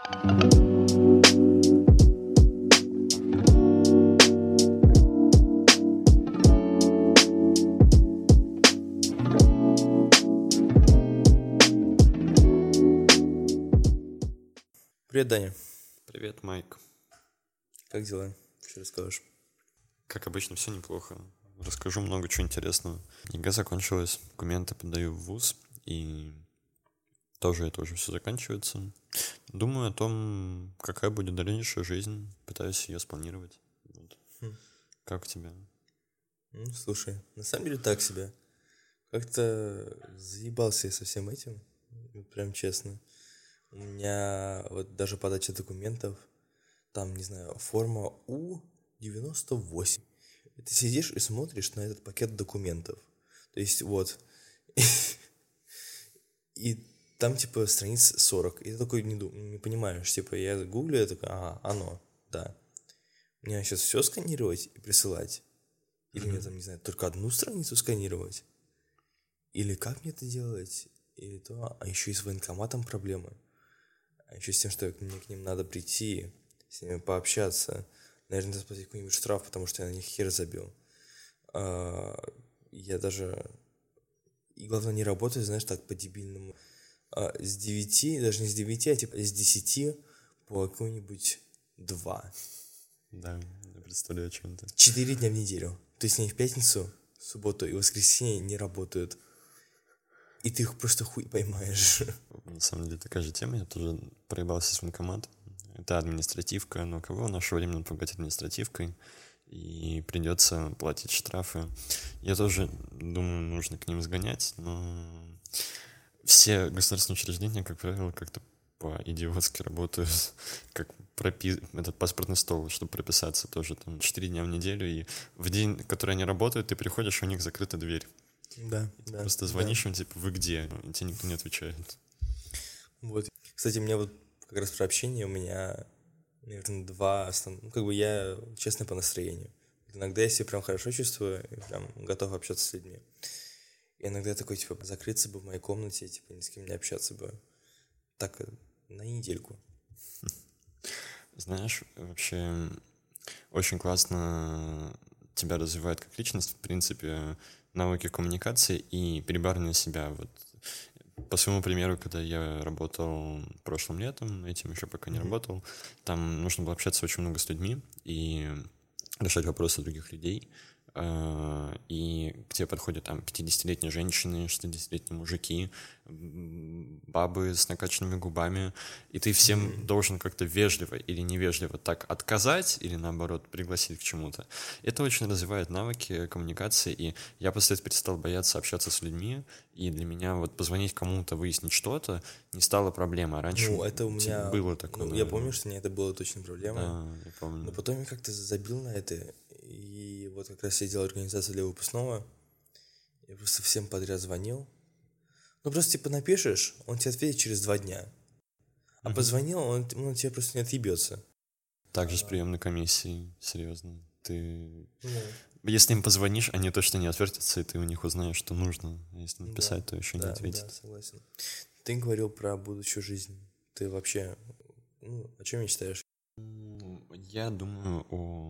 Привет, Даня. Привет, Майк. Как дела? Что расскажешь? Как обычно, все неплохо. Расскажу много чего интересного. ЕГЭ закончилась, документы подаю в ВУЗ, и это уже все заканчивается. Думаю о том, какая будет дальнейшая жизнь, пытаюсь ее спланировать. Вот. Как у тебя? Слушай, на самом деле так себе. Как-то заебался я со всем этим, прям честно. У меня вот даже подача документов, там, не знаю, форма У-98. И ты сидишь и смотришь на этот пакет документов. То есть вот. И там, типа, страниц 40. И ты такой не понимаешь, типа, я гуглю, я такой, ага, оно, да. Мне сейчас все сканировать и присылать? Или мне там, не знаю, только одну страницу сканировать? Или как мне это делать? Или то, а еще и с военкоматом проблемы. А еще с тем, что мне к ним надо прийти, с ними пообщаться. Наверное, надо заплатить какой-нибудь штраф, потому что я на них хер забил. Я даже... И главное, не работаю, знаешь, так по-дебильному. С 9, даже не с 9, а типа с 10 по какой-нибудь 2. Да, я представляю, о чем ты. 4 дня в неделю. То есть они в пятницу, в субботу и воскресенье не работают. И ты их просто хуй поймаешь. На самом деле такая же тема, я тоже проебался с военкоматом. Это административка, но кого в наше время напугать административкой? И придется платить штрафы. Я тоже думаю, нужно к ним сгонять, но все государственные учреждения, как правило, как-то по-идиотски работают, как этот паспортный стол, чтобы прописаться тоже там 4 дня в неделю, и в день, который они работают, ты приходишь, у них закрыта дверь. Да, Ты да. просто звонишь им, типа, вы где? И тебе никто не отвечает. Вот. Кстати, у меня вот как раз про общение у меня, наверное, два основных. Ну, как бы я честно по настроению. Иногда я себя прям хорошо чувствую и прям готов общаться с людьми. И иногда я такой, типа, закрыться бы в моей комнате, типа, ни с кем не общаться бы. Так, на недельку. Знаешь, вообще очень классно тебя развивает как личность, в принципе, навыки коммуникации и перебарывания себя. Вот по своему примеру, когда я работал прошлым летом, этим еще пока не работал, там нужно было общаться очень много с людьми и решать вопросы других людей. И к тебе подходят там 50-летние женщины, 60-летние мужики, бабы с накачанными губами, и ты всем должен как-то вежливо или невежливо так отказать или наоборот пригласить к чему-то. Это очень развивает навыки коммуникации, и я после этого перестал бояться общаться с людьми, и для меня вот позвонить кому-то, выяснить что-то не стало проблемой. А раньше это у меня было такое. Ну, я помню, что мне это было точно проблемой. Да, я помню. Но потом я как-то забил на это. И вот как раз я делал организацию для выпускного. Я просто всем подряд звонил. Ну, просто типа напишешь, он тебе ответит через 2 дня. А позвонил, он тебе просто не отъебется. Также с приемной комиссией, серьезно. Ты... Ну, Если им позвонишь, они точно не отвертятся, и ты у них узнаешь, что нужно. А если написать, да, то еще не да, ответят. согласен. Ты говорил про будущую жизнь. Ты вообще, о чем мечтаешь? Я думаю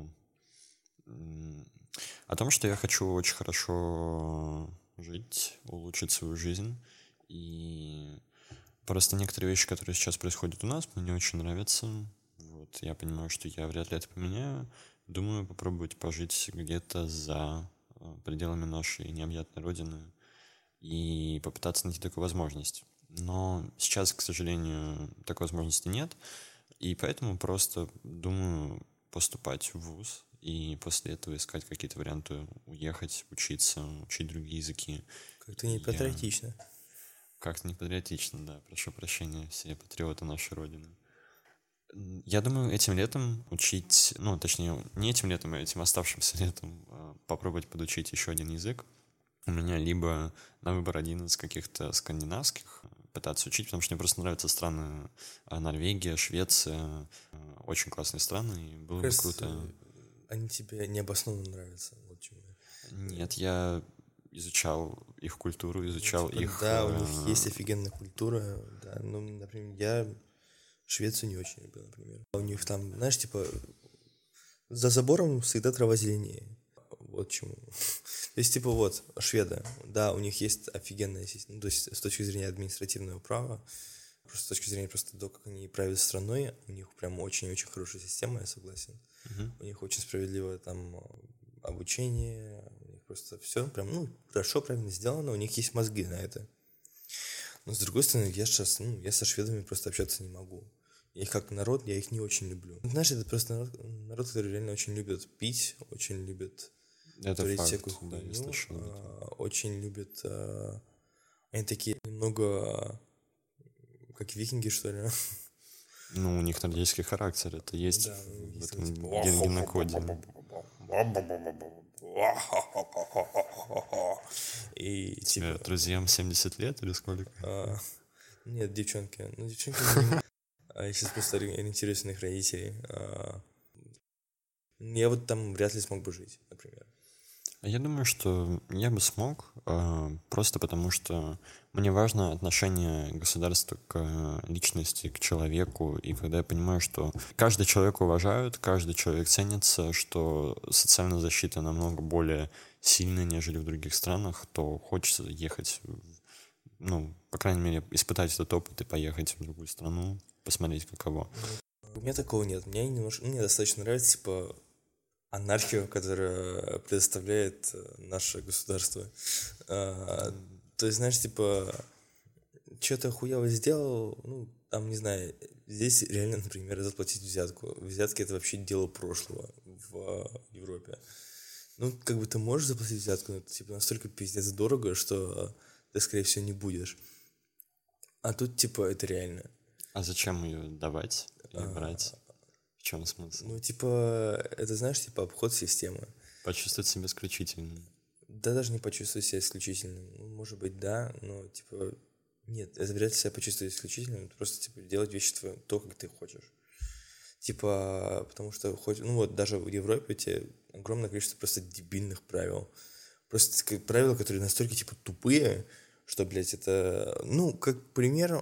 о том, что я хочу очень хорошо жить, улучшить свою жизнь. И просто некоторые вещи, которые сейчас происходят у нас, мне не очень нравятся. Вот, я понимаю, что я вряд ли это поменяю. Думаю попробовать пожить где-то за пределами нашей необъятной родины и попытаться найти такую возможность. Но сейчас, к сожалению, такой возможности нет, и поэтому просто думаю поступать в вуз и после этого искать какие-то варианты уехать, учиться, учить другие языки. Как-то не патриотично. Как-то не патриотично, да, прошу прощения, все патриоты нашей Родины. Я думаю, этим летом учить, ну, точнее, не этим летом, а этим оставшимся летом попробовать подучить еще один язык. У меня либо на выбор один из каких-то скандинавских пытаться учить, потому что мне просто нравятся страны Норвегия, Швеция, очень классные страны, и было бы круто. Они тебе необоснованно нравятся. Вот чему. Нет, я изучал их культуру, изучал их... Да, у них есть офигенная культура. Да. Ну, например, я Швецию не очень люблю, например. У них там, знаешь, типа, за забором всегда трава зеленее. Вот чему. То есть, типа, вот, шведы, да, у них есть офигенная система, ну, то есть, с точки зрения административного права, просто с точки зрения просто того, как они правят страной, у них прям очень-очень хорошая система, я согласен. У них очень справедливое там обучение, у них просто все прям, ну, хорошо, правильно сделано, у них есть мозги на это. Но, с другой стороны, я сейчас, ну, я со шведами просто общаться не могу. Я их как народ, я их не очень люблю. Знаешь, это просто народ, который реально очень любит пить, очень любит Это творить факт, всякую да, я хуйню, слышал об этом. очень любит... они такие немного как викинги, что ли. Ну, у них нордический характер, это есть Да, в есть этом типа... генокоде. И Тебе типа... друзьям 70 лет или сколько? Нет, девчонки. Ну, девчонки... Я сейчас просто ориентируюсь на их родителей. Я вот там вряд ли смог бы жить, например. Я думаю, что я бы смог, просто потому что мне важно отношение государства к личности, к человеку, и когда я понимаю, что каждый человек уважают, каждый человек ценится, что социальная защита намного более сильная, нежели в других странах, то хочется ехать, ну, по крайней мере, испытать этот опыт и поехать в другую страну, посмотреть, каково. У меня такого нет. Мне достаточно нравится, типа, анархию, которую предоставляет наше государство. То есть, знаешь, типа, что-то хуево сделал, ну, там, не знаю, здесь реально, например, заплатить взятку. Взятки — это вообще дело прошлого в Европе. Ну, как бы ты можешь заплатить взятку, но это, типа, настолько пиздец дорого, что ты, скорее всего, не будешь. А тут, типа, это реально. А зачем ее давать или брать? В чем смысл? Ну, типа, это, знаешь, типа, обход системы. Почувствовать себя исключительным. Да, даже не почувствовать себя исключительным. Ну, может быть, да, но, типа, нет, это вряд ли себя почувствовать исключительным, просто, типа, делать вещи то, как ты хочешь. Типа, потому что, хоть, ну вот, даже в Европе у тебя огромное количество просто дебильных правил. Просто правила, которые настолько, типа, тупые, что, блядь, это, ну, как пример,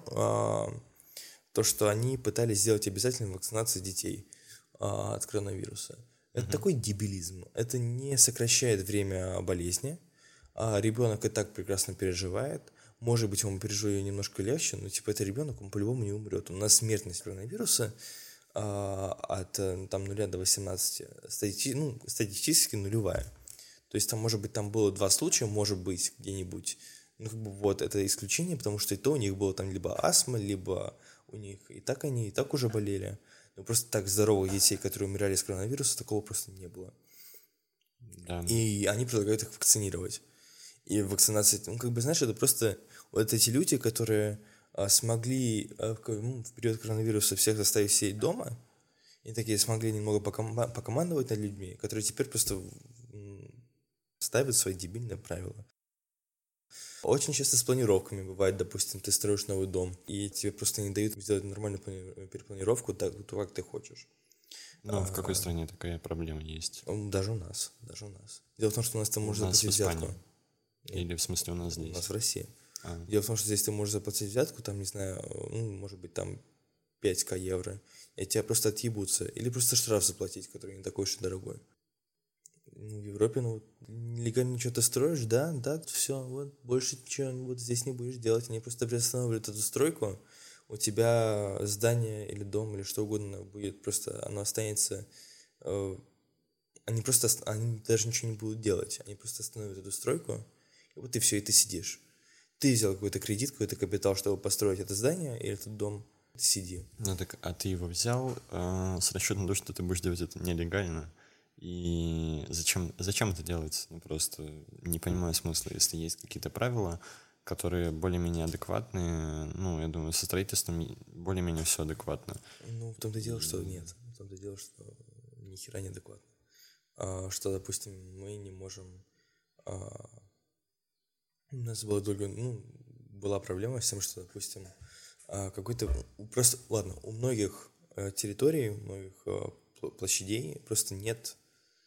то, что они пытались сделать обязательной вакцинацию детей от коронавируса. Это такой дебилизм. Это не сокращает время болезни. Ребенок и так прекрасно переживает. Может быть, он переживет ее немножко легче, но типа это ребенок, он по-любому не умрет. У нас смертность коронавируса от там 0 до 18 статистически нулевая. То есть там, может быть, там было 2 случая, может быть, где-нибудь. Ну, как бы вот это исключение, потому что и то у них было там либо астма, либо у них они и так уже болели. Но просто так здоровых детей, которые умирали с коронавируса, такого просто не было. Да. И они предлагают их вакцинировать. И вакцинация, ну, как бы, знаешь, это просто вот эти люди, которые смогли в период коронавируса всех заставить сидеть дома, и такие смогли немного покомандовать над людьми, которые теперь просто ставят свои дебильные правила. Очень часто с планировками бывает, допустим, ты строишь новый дом, и тебе просто не дают сделать нормальную перепланировку так, как ты хочешь. Ну, в какой стране такая проблема есть? Даже у нас, даже у нас. Дело в том, что у нас там У можно нас в заплатить Испании. взятку. Или в смысле у нас У здесь? нас в России. А. Дело в том, что здесь ты можешь заплатить взятку, там, не знаю, ну, может быть, там 5 евро, и от тебя просто отъебутся. Или просто штраф заплатить, который не такой уж и дорогой. Ну, в Европе, ну, легально что-то строишь, да, все, вот, больше ничего вот здесь не будешь делать. Они просто приостанавливают эту стройку, у тебя здание или дом или что угодно будет просто, оно останется, они даже ничего не будут делать, они просто остановят эту стройку, и вот и все, и ты сидишь. Ты взял какой-то кредит, какой-то капитал, чтобы построить это здание или этот дом, ты сиди. Ну так, а ты его взял с расчетом на то, что ты будешь делать это нелегально? И зачем это делать? Ну, просто не понимаю смысла, если есть какие-то правила, которые более-менее адекватные. Ну, я думаю, со строительством более-менее все адекватно. Ну, в том-то дело, что нет. В том-то дело, что ни хера не адекватно. Что, допустим, мы не можем... У нас была проблема с тем, что, допустим, какой-то... Просто, ладно, у многих территорий, у многих площадей просто нет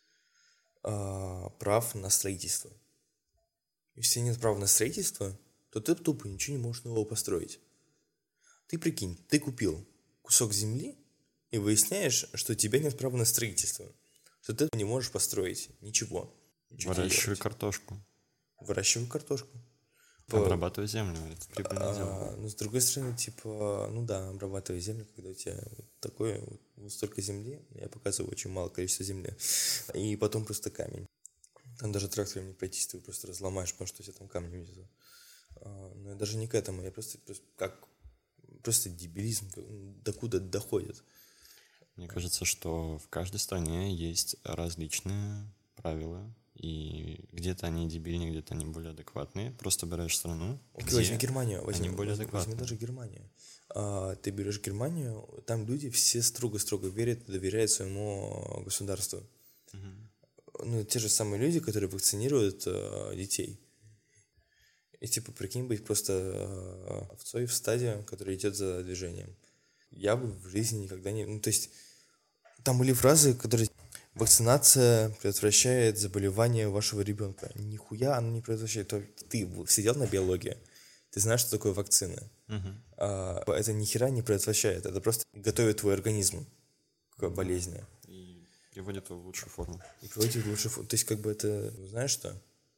прав на строительство. Если нет права на строительство, то ты тупо ничего не можешь нового построить. Ты прикинь, ты купил кусок земли и выясняешь, что у тебя нет права на строительство, что ты не можешь построить ничего. Выращивай картошку. Выращивай картошку. Обрабатывай землю, это прибыльное дело. Но с другой стороны, типа, ну да, обрабатывай землю, когда у тебя такое, вот столько земли, я показываю очень мало количества земли, и потом просто камень. Там даже трактором не пройтись, ты его просто разломаешь, потому что у тебя там камни внизу. Но я даже не к этому, я просто дебилизм, докуда доходит. Мне кажется, что в каждой стране есть различные правила, и где-то они дебильнее, где-то они более адекватные. Просто берешь страну, где возьми Германию, они более адекватные. возьми даже Германию. Ты берешь Германию, там люди все строго-строго верят и доверяют своему государству. Ну, те же самые люди, которые вакцинируют детей. И типа, прикинь, быть просто овцой в стаде, который идет за движением. Я бы в жизни никогда не... Ну, то есть, там были фразы, которые... Вакцинация предотвращает заболевание вашего ребенка. Нихуя она не предотвращает. Ты сидел на биологии, ты знаешь, что такое вакцина. Это ни хера не предотвращает. Это просто готовит твой организм к болезни. И приводит его в лучшую форму. То есть, как бы это... Знаешь что?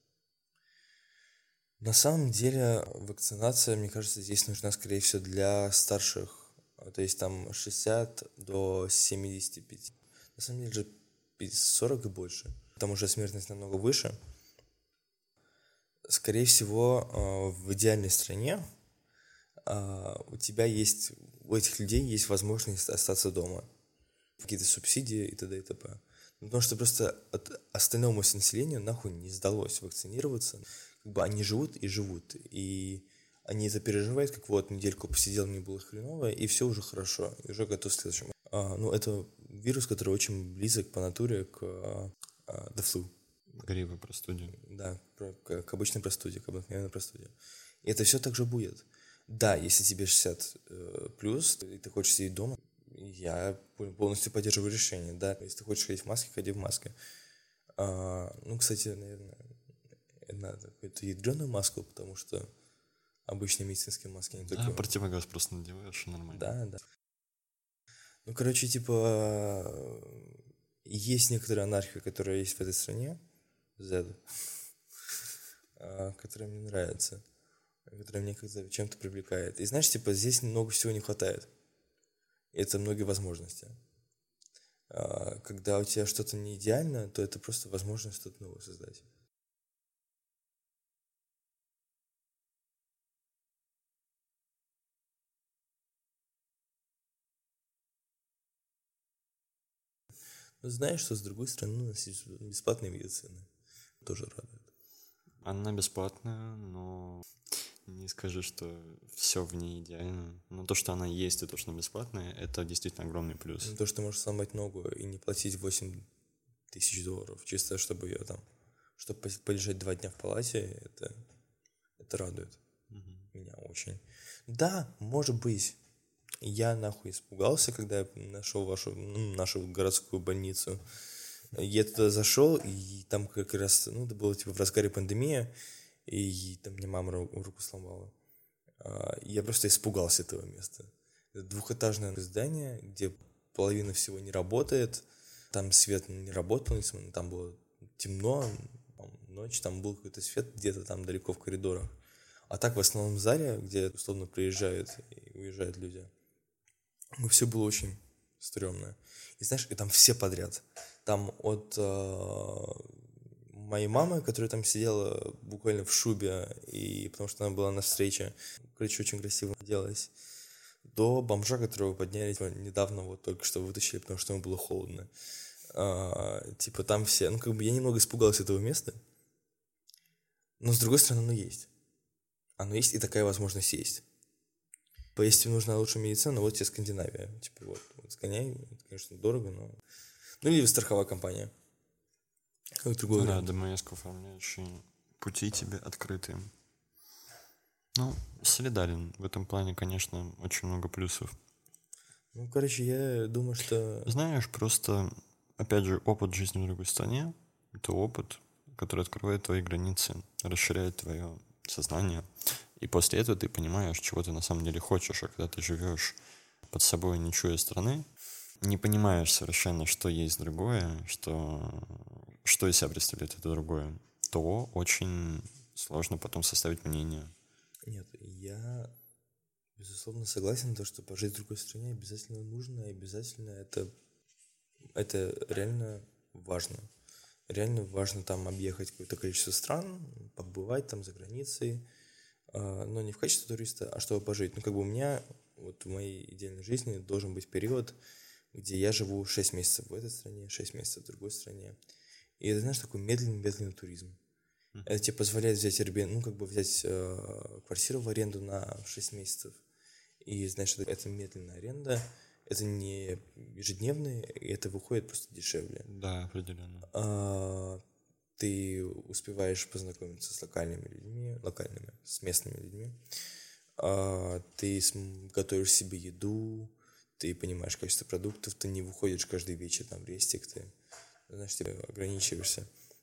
На самом деле, вакцинация, мне кажется, здесь нужна, скорее всего, для старших. То есть, там 60 до 75. На самом деле же 40 и больше. Там уже смертность намного выше. Скорее всего, в идеальной стране у тебя есть, у этих людей есть возможность остаться дома. Какие-то субсидии и т.д. и т.п. Потому что просто остальному населению нахуй не сдалось вакцинироваться. Как бы они живут и живут. И они это переживают, как вот недельку посидел, мне было хреново, и все уже хорошо. И уже готов к следующему. Это вирус, который очень близок по натуре к the flu. Гриппу, простуде. Да, к обычной простуде, к обыкновенной простуде. И это все так же будет. Да, если тебе 60 плюс, и ты хочешь сидеть дома, я полностью поддерживаю решение. Да, если ты хочешь ходить в маске, ходи в маске. Кстати, наверное, надо какую-то ядреную маску, потому что обычные медицинские маски не только... Да, противогаз просто надеваешь, и нормально. Да. Есть некоторая анархия, которая есть в этой стране, Z, которая мне нравится, которая мне как-то чем-то привлекает. И знаешь, здесь много всего не хватает. И это многие возможности. Когда у тебя что-то не идеально, то это просто возможность что-то новое создать. Но знаешь, что с другой стороны у нас есть бесплатная медицина. Тоже радует. Она бесплатная, но не скажи, что все в ней идеально. Но то, что она есть, и то, что она бесплатная, это действительно огромный плюс. То, что ты можешь сломать ногу и не платить $8,000 чисто, чтобы ее там, чтобы полежать 2 дня в палате, это радует меня очень. Да, может быть. Я нахуй испугался, когда я нашел нашу городскую больницу. Я туда зашел, и там как раз, это было в разгаре пандемии, и там мне мама руку сломала. Я просто испугался этого места. Это двухэтажное здание, где половина всего не работает, там свет не работал, там было темно, ночь, там был какой-то свет где-то там далеко в коридорах. А так в основном зале, где условно приезжают и уезжают люди, все было очень стрёмно. И знаешь, и там все подряд. Там от моей мамы, которая там сидела буквально в шубе, и потому что она была на встрече, очень красиво оделась, до бомжа, которого подняли недавно, только что вытащили, потому что ему было холодно. Там все... я немного испугался этого места, но с другой стороны, оно есть. Оно есть, и такая возможность есть. Если тебе нужна лучшая медицина, вот тебе Скандинавия. Сгоняй, это, конечно, дорого, но... или страховая компания. Как другой вариант. Да, ДМС оформляющие пути тебе открыты. Солидарен. В этом плане, конечно, очень много плюсов. Я думаю, что... Знаешь, просто, опять же, опыт жизни в другой стране — это опыт, который открывает твои границы, расширяет твое сознание. И после этого ты понимаешь, чего ты на самом деле хочешь. А когда ты живешь под собой не чуя страны, не понимаешь совершенно, что есть другое, что из себя представляет это другое, то очень сложно потом составить мнение. Нет, я безусловно согласен, то, что пожить в другой стране обязательно нужно, и обязательно это реально важно. Реально важно там объехать какое-то количество стран, побывать там за границей, но не в качестве туриста, а чтобы пожить. Ну, как бы у меня, вот в моей идеальной жизни должен быть период, где я живу 6 месяцев в этой стране, 6 месяцев в другой стране. И это, знаешь, такой медленный туризм. Это тебе позволяет взять Airbnb, ну, как бы взять квартиру в аренду на 6 месяцев. И, знаешь, это медленная аренда, это не ежедневные, и это выходит просто дешевле. Да, определенно. Ты успеваешь познакомиться с локальными, с местными людьми. Ты готовишь себе еду, ты понимаешь качество продуктов, ты не выходишь каждый вечер там в рестик, ты, знаешь, ты ограничиваешься.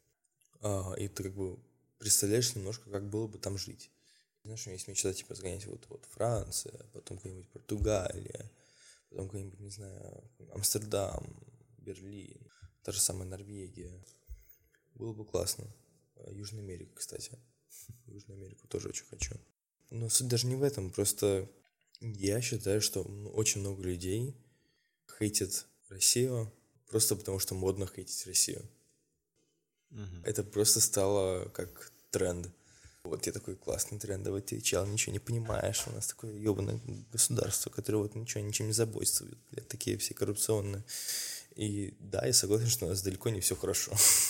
И ты как бы представляешь немножко, как было бы там жить. Знаешь, у меня есть мечта, типа, сгонять вот Франция, потом какая-нибудь Португалия, потом какой-нибудь, не знаю, Амстердам, Берлин, та же самая Норвегия. Было бы классно. Южная Америка, кстати. Южную Америку тоже очень хочу. Но суть даже не в этом, просто я считаю, что очень много людей хейтят Россию просто потому, что модно хейтить Россию. Это просто стало как тренд. Вот я такой классный тренд, а вот ты, чел, ничего не понимаешь, у нас такое ебаное государство, которое вот ничем не заботится, такие все коррупционные. И да, я согласен, что у нас далеко не все хорошо.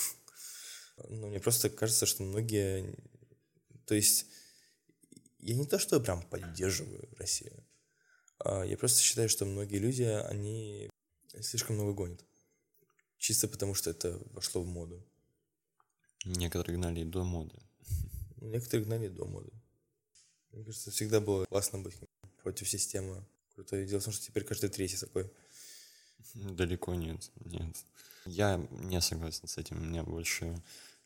Но мне просто кажется, что многие... То есть я не то, что прям поддерживаю Россию, я просто считаю, что многие люди, они слишком много гонят. Чисто потому, что это вошло в моду. Некоторые гнали и до моды. Некоторые гнали до моды. Мне кажется, всегда было классно быть против системы. Крутое дело в том, что теперь каждый третий такой. Далеко нет. Я не согласен с этим. У меня больше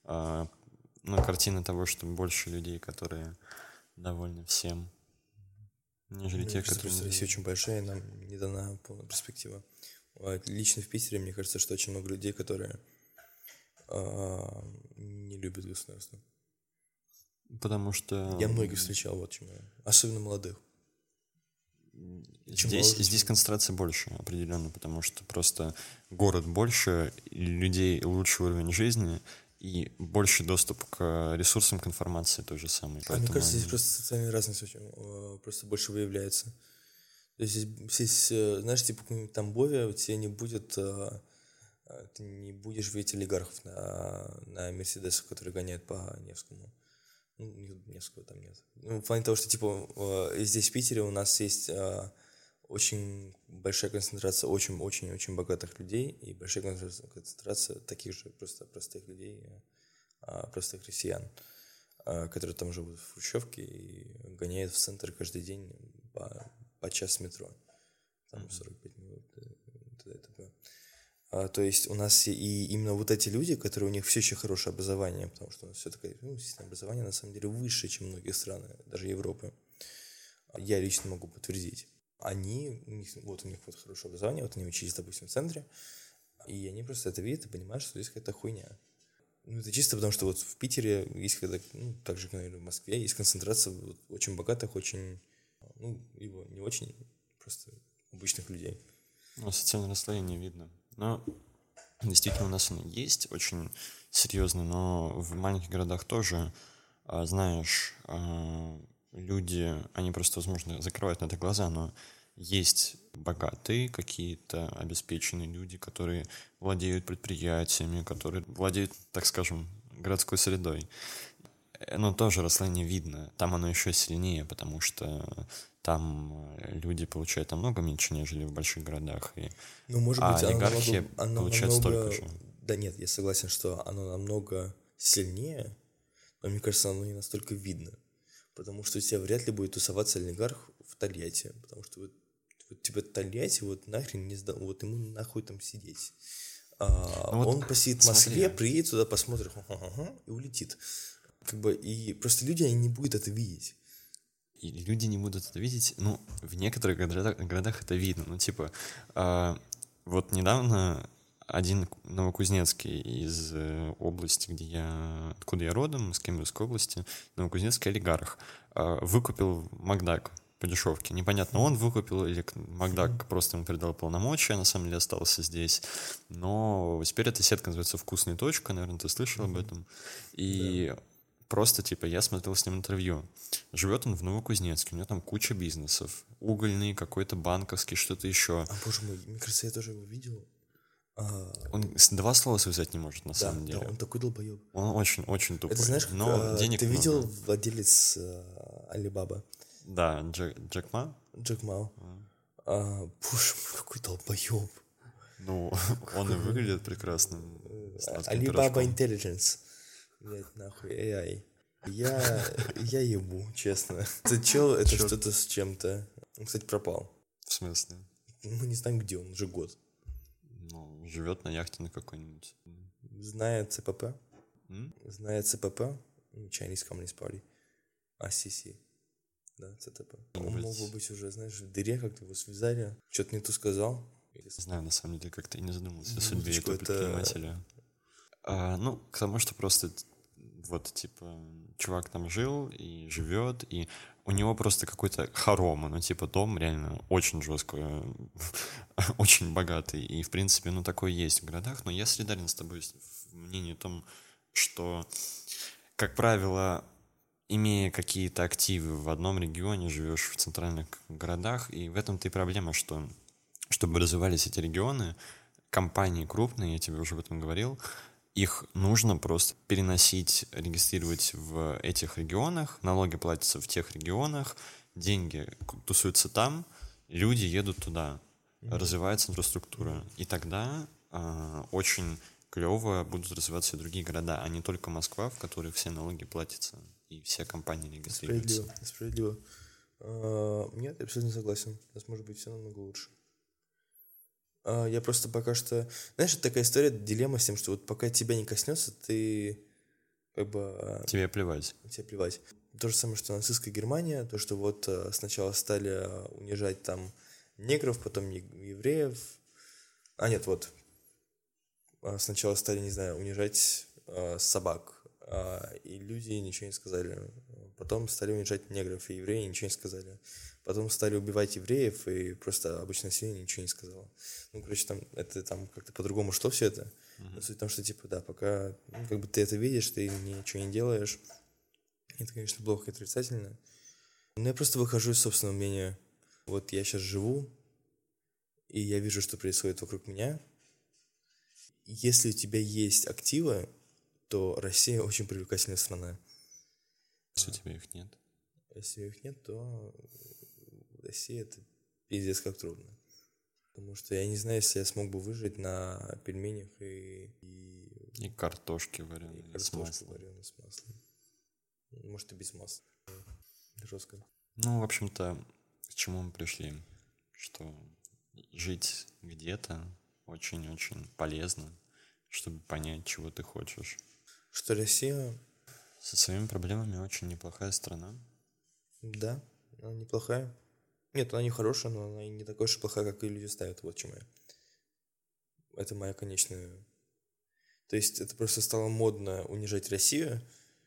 картина того, что больше людей, которые довольны всем, нежели те, которые... Просто Россия очень большая, и нам не дана полная перспектива. Лично в Питере, мне кажется, что очень много людей, которые не любят государство. Потому что... Я многих встречал, вот чему. Особенно молодых. Здесь концентрация больше, определенно, потому что просто город больше, людей лучший уровень жизни и больше доступ к ресурсам, к информации той же самой. Мне кажется, здесь просто социальная разность очень просто больше выявляется. То есть здесь, знаешь, типа в каком-нибудь Тамбове у тебя не будет... Ты не будешь видеть олигархов на Мерседесах, которые гоняют по Невскому. Ну, Невского там нет. Ну, в плане того, что, типа, здесь в Питере у нас есть очень большая концентрация очень-очень-очень богатых людей и большая концентрация таких же просто простых людей, простых россиян, которые там живут в хрущевке и гоняют в центр каждый день по час метро. Там 45 минут, т.д. То есть у нас и именно вот эти люди, которые у них все еще хорошее образование, потому что у нас все-таки система образования на самом деле выше, чем многие страны, даже Европы. Я лично могу подтвердить. У них вот хорошее образование, вот они учились, допустим, в центре, и они просто это видят и понимают, что здесь какая-то хуйня. Ну, это чисто потому, что вот в Питере есть, так же, наверное, в Москве, есть концентрация очень богатых, очень, либо не очень, просто обычных людей. Социальное расслоение видно. Но действительно у нас оно есть очень серьезно, но в маленьких городах тоже, знаешь, люди, они просто, возможно, закрывают на это глаза, но есть богатые какие-то обеспеченные люди, которые владеют предприятиями, которые владеют, так скажем, городской средой. Но тоже расслоение видно. Там оно еще сильнее, потому что там люди получают намного меньше, нежели в больших городах. Может быть, олигархи получают столько же. Да нет, я согласен, что оно намного сильнее, но мне кажется, оно не настолько видно. Потому что у тебя вряд ли будет тусоваться олигарх в Тольятти. Потому что типа Тольятти нахрен не сдал, ему нахуй там сидеть. Он посидит в Москве, приедет туда, посмотрит и улетит. И просто люди, они не будут это видеть. и люди не будут это видеть. Ну, в некоторых городах это видно. Ну, типа, вот недавно один новокузнецкий из области, откуда я родом, из Кемеровской области, новокузнецкий олигарх, выкупил Макдак по дешевке. Непонятно, он выкупил или Макдак просто ему передал полномочия, на самом деле остался здесь. Но теперь эта сетка называется «Вкусная точка», наверное, ты слышал об этом. И просто, типа, я смотрел с ним интервью. Живет он в Новокузнецке, у него там куча бизнесов. Угольный, какой-то банковский, что-то еще. Боже мой, мне кажется, я тоже его видел. Он два слова связать не может, на самом деле. Да, он такой долбоеб. Он очень-очень тупой. Это знаешь, но денег ты много. видел владелец Alibaba? Да, Джек Ма. Джек Мау. Боже мой, какой долбоеб. Ну, он и выглядит прекрасно. Alibaba Intelligence. Блять, нахуй, AI. Я ебу, честно. Это чел, это что-то с чем-то. Он, кстати, пропал. В смысле? Мы не знаем, где он, уже год. Ну, живет на яхте на какой-нибудь. Зная ЦПП. Зная ЦПП. Chinese Communist Party. CC. Да, ЦТП. Он мог бы быть уже, знаешь, в дыре, как-то его связали. Что-то не то сказал. Не знаю, на самом деле, как-то и не задумывался о судьбе этого предпринимателя. Ну, к тому, что просто вот, типа, чувак там жил и живет, и у него просто какой-то хорома, ну, типа, дом реально очень жесткий, очень богатый, и, в принципе, ну, такое есть в городах, но я солидарен с тобой в мнении о том, что, как правило, имея какие-то активы в одном регионе, живешь в центральных городах, и в этом-то и проблема, что, чтобы развивались эти регионы, компании крупные, я тебе уже об этом говорил, их нужно просто переносить, регистрировать в этих регионах, налоги платятся в тех регионах, деньги тусуются там, люди едут туда, развивается инфраструктура. И тогда очень клево будут развиваться и другие города, а не только Москва, в которой все налоги платятся и все компании регистрируются. Справедливо. Нет, я абсолютно согласен. У нас может быть все намного лучше. Я просто пока что... Знаешь, это такая история, дилемма с тем, что вот пока тебя не коснется, ты как бы... Тебе плевать. Тебе плевать. То же самое, что нацистская Германия, то, что вот сначала стали унижать там негров, потом евреев. Нет, вот. Сначала стали, не знаю, унижать собак, и люди ничего не сказали. Потом стали унижать негров, и евреи ничего не сказали. Потом стали убивать евреев, и просто обычное население ничего не сказало. Ну, короче, там это там как-то по-другому шло все это. Но суть в том, что, типа, да, пока как бы ты это видишь, ты ничего не делаешь. Это, конечно, плохо и отрицательно. Но я просто выхожу из собственного мнения. Вот я сейчас живу, и я вижу, что происходит вокруг меня. Если у тебя есть активы, то Россия очень привлекательная страна. Если у тебя их нет. Если их нет, то Россия — это пиздец как трудно. Потому что я не знаю, если я смог бы выжить на пельменях и картошке вареной с маслом. Может, и без масла. Жестко. Ну, в общем-то, к чему мы пришли? Что жить где-то очень-очень полезно, чтобы понять, чего ты хочешь. Что Россия... Со своими проблемами очень неплохая страна. Да, она неплохая. Нет, она не хорошая, но она и не такая уж и плохая, как и люди ставят. Вот чем я. Это моя конечная... То есть это просто стало модно унижать Россию,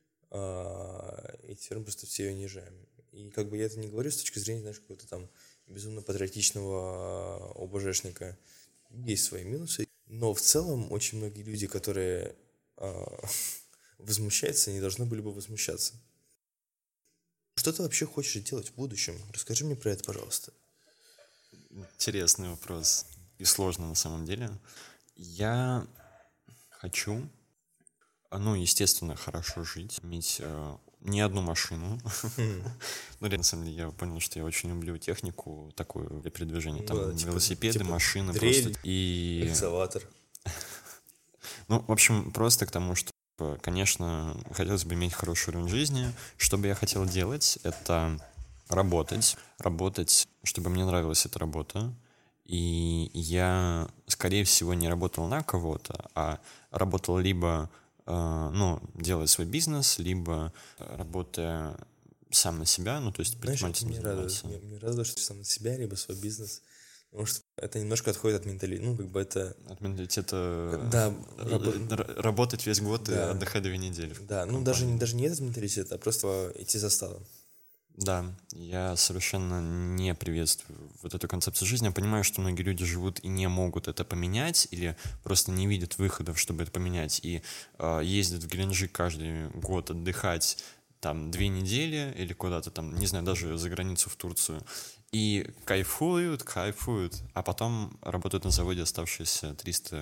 и теперь мы просто все ее унижаем. И как бы я это не говорю с точки зрения, знаешь, какого-то там безумно патриотичного ОБЖшника. Есть свои минусы. Но в целом очень многие люди, которые возмущаются, не должны были бы возмущаться. Что ты вообще хочешь делать в будущем? Расскажи мне про это, пожалуйста. Интересный вопрос. И сложно на самом деле. Я хочу, ну, естественно, хорошо жить, иметь не одну машину. Ну, на самом деле, я понял, что я очень люблю технику такую для передвижения. Там велосипеды, машины просто. И экскаватор. Ну, в общем, просто к тому, что, конечно, хотелось бы иметь хороший уровень жизни. Что бы я хотел делать, это работать, чтобы мне нравилась эта работа. И я, скорее всего, не работал на кого-то, а работал либо, делая свой бизнес, либо работая сам на себя, ну, то есть Знаешь, предпринимательством мне радует, заниматься. мне радует, что сам на себя, либо свой бизнес, потому что это немножко отходит от менталитета, ну, как бы это, От менталитета да, работать весь год и да, отдыхать 2 недели в да, ну, компании. даже не этот менталитет, а просто идти за стадом. Да, я совершенно не приветствую вот эту концепцию жизни. Я понимаю, что многие люди живут и не могут это поменять, или просто не видят выходов, чтобы это поменять, и ездят в Геленджик каждый год отдыхать там 2 недели или куда-то там, не знаю, даже за границу в Турцию, и кайфуют, а потом работают на заводе оставшиеся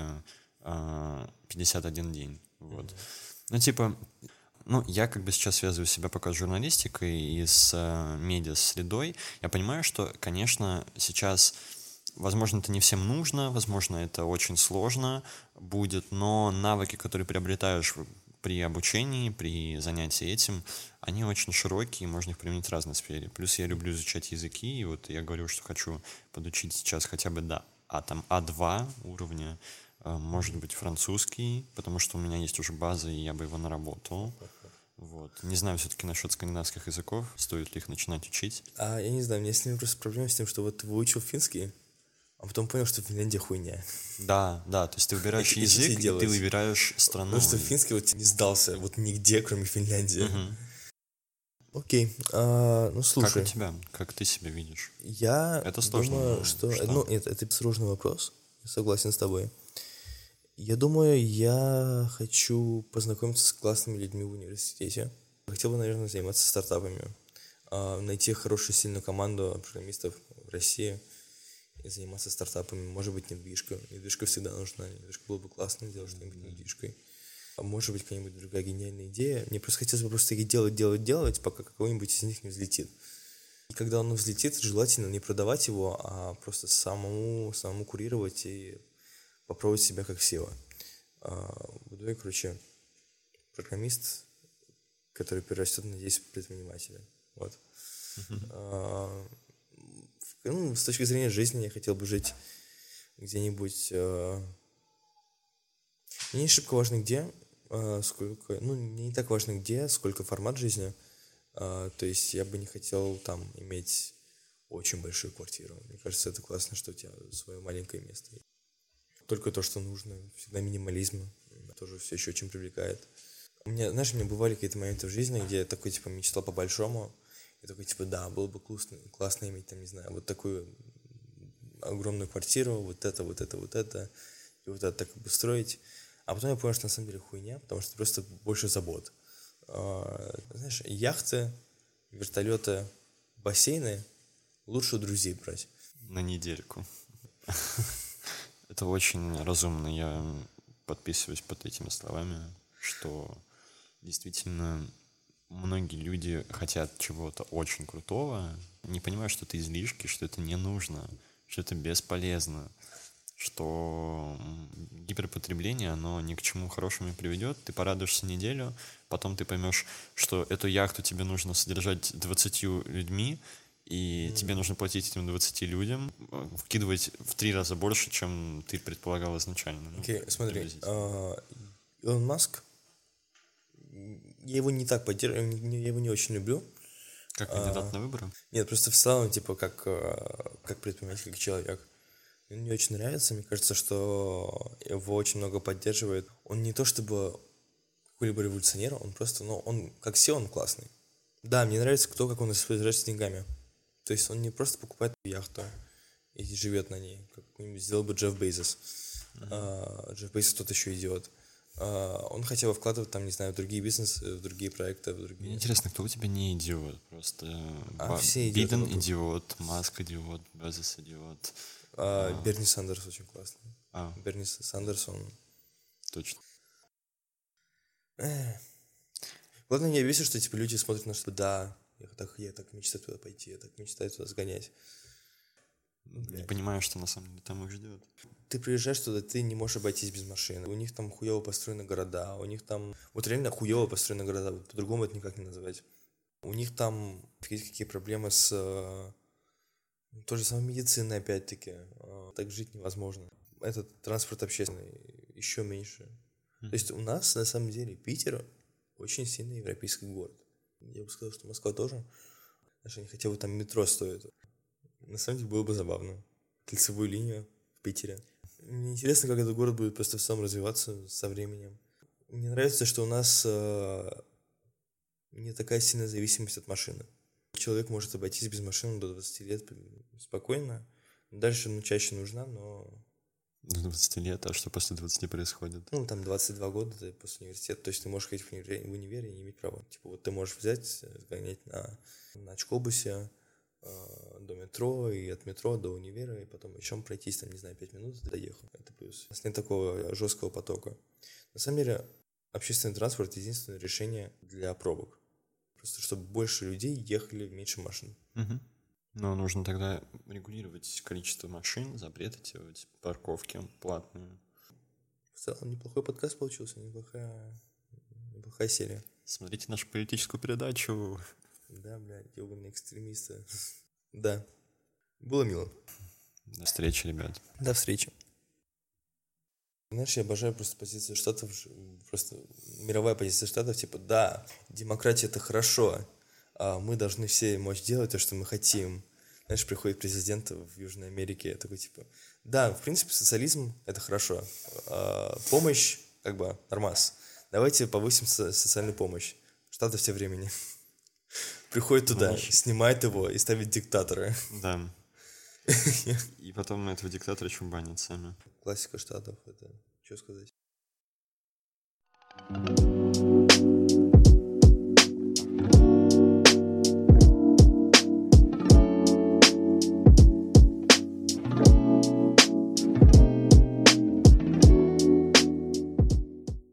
351 день. Вот. Ну, типа, ну, я как бы сейчас связываю себя пока с журналистикой и с медиа-средой. Я понимаю, что, конечно, сейчас, возможно, это не всем нужно, возможно, это очень сложно будет, но навыки, которые приобретаешь при обучении, при занятии этим, они очень широкие, можно их применить в разной сфере. Плюс я люблю изучать языки, и вот я говорю, что хочу подучить сейчас хотя бы до А2 уровня, может быть, французский, потому что у меня есть уже база, и я бы его наработал. Вот. Не знаю все-таки насчет скандинавских языков, стоит ли их начинать учить. Я не знаю, у меня с ними просто проблема с тем, что вот ты выучил финский, а потом понял, что Финляндия хуйня. Да, то есть ты выбираешь И что тебе язык, и ты делать? выбираешь страну. Потому что финский вот не сдался вот нигде, кроме Финляндии. Мгм. Окей, ну Как у слушай, тебя? Как ты себя видишь? я Это сложно, думаю, но что... что? Ну, это сложный вопрос, я согласен с тобой. Я думаю, я хочу познакомиться с классными людьми в университете. Хотел бы, наверное, заниматься стартапами, найти хорошую, сильную команду программистов в России и заниматься стартапами. Может быть, недвижка. Недвижка всегда нужна. Недвижка было бы классно делать что-нибудь недвижкой. А может быть, какая-нибудь другая гениальная идея. Мне просто хотелось бы просто их делать, пока какой-нибудь из них не взлетит. И когда он взлетит, желательно не продавать его, а просто самому курировать и попробовать себя как SEO. Буду я, короче, программист, который перерастет, надеюсь, в предпринимателя. Вот. Ну, с точки зрения жизни я хотел бы жить где-нибудь... Мне не шибко важно где, сколько... Ну, мне не так важно где, сколько формат жизни. То есть я бы не хотел там иметь очень большую квартиру. Мне кажется, это классно, что у тебя свое маленькое место. Только то, что нужно. Всегда минимализм. Тоже все еще очень привлекает. У меня бывали какие-то моменты в жизни, где я такой, типа, мечтал по-большому. И такой, типа, да, было бы классно иметь, там, не знаю, вот такую огромную квартиру, вот это, и вот это так обустроить. А потом я понял, что на самом деле хуйня, потому что просто больше забот. Знаешь, яхты, вертолеты, бассейны лучше у друзей брать. На недельку. Это очень разумно. Я подписываюсь под этими словами, что действительно многие люди хотят чего-то очень крутого, не понимают, что это излишки, что это не нужно, что это бесполезно, что гиперпотребление, оно ни к чему хорошему не приведет. Ты порадуешься неделю, потом ты поймешь, что эту яхту тебе нужно содержать 20 людьми, и тебе нужно платить этим 20 людям, вкидывать в 3 раза больше, чем ты предполагал изначально. Окей, смотри, приблизительно. Илон Маск, я его не так поддерживаю, я его не очень люблю. Как кандидат на выборы? Нет, просто в целом, типа, как предприниматель, как человек. Он мне очень нравится, мне кажется, что его очень много поддерживает. Он не то чтобы какой-либо революционер, он просто, ну, он как SEO, он классный. Да, мне нравится кто, как он распоряжается деньгами. То есть он не просто покупает яхту и живет на ней, как сделал бы Джефф Безос. Джефф Безос тот еще идиот. Он хотя бы вкладывает там, не знаю, в другие бизнесы, в другие проекты, в Мне другие... интересно, кто у тебя не идиот? Просто все идиоты Биден вокруг. идиот, Маск идиот, Безос идиот. Берни Сандерс очень классный. А, Берни Сандерс, он... точно. Ладно, меня бесит, что типа люди смотрят на что, да, я так мечтаю туда пойти, я так мечтаю туда сгонять. Не понимаю, что на самом деле там их ждет. Ты приезжаешь туда, ты не можешь обойтись без машины. У них там хуево построены города, у них там... Вот реально хуево построены города, вот по-другому это никак не назвать. У них там какие проблемы с... той же самой медициной, опять-таки. Так жить невозможно. Этот транспорт общественный еще меньше. То есть у нас, на самом деле, Питер очень сильный европейский город. Я бы сказал, что Москва тоже. Даже не хотел бы там метро стоит. На самом деле было бы забавно. Кольцевую линию в Питере. Мне интересно, как этот город будет просто в целом развиваться со временем. Мне нравится, что у нас не такая сильная зависимость от машины. Человек может обойтись без машины до 20 лет спокойно. Дальше, чаще нужна, но... До 20 лет, а что после 20 происходит? Там 22 года ты после университета, то есть ты можешь ходить в универ и не иметь права. Типа вот ты можешь взять, сгонять на очкобусе до метро, и от метро до универа, и потом еще пройтись, 5 минут, и доехал. Это плюс. У нас нет такого жесткого потока. На самом деле, общественный транспорт — единственное решение для пробок. Просто чтобы больше людей ехали в меньше машин. Но нужно тогда регулировать количество машин, запреты делать, парковки платные. В целом, неплохой подкаст получился, неплохая серия. Смотрите нашу политическую передачу. Да, блядь, ёбаные экстремисты. Да. Было мило. До встречи, ребят. До встречи. Знаешь, я обожаю просто позицию Штатов, просто мировая позиция Штатов, типа, да, демократия — это хорошо, мы должны все мочь делать то, что мы хотим. Знаешь, приходит президент в Южной Америке, такой, типа, да, в принципе, социализм — это хорошо, помощь, нормас, давайте повысим социальную помощь. Штаты все времени. Приходит туда, снимает его и ставит диктатора. Да. И потом этого диктатора еще банят сами. Классика Штатов, это что сказать.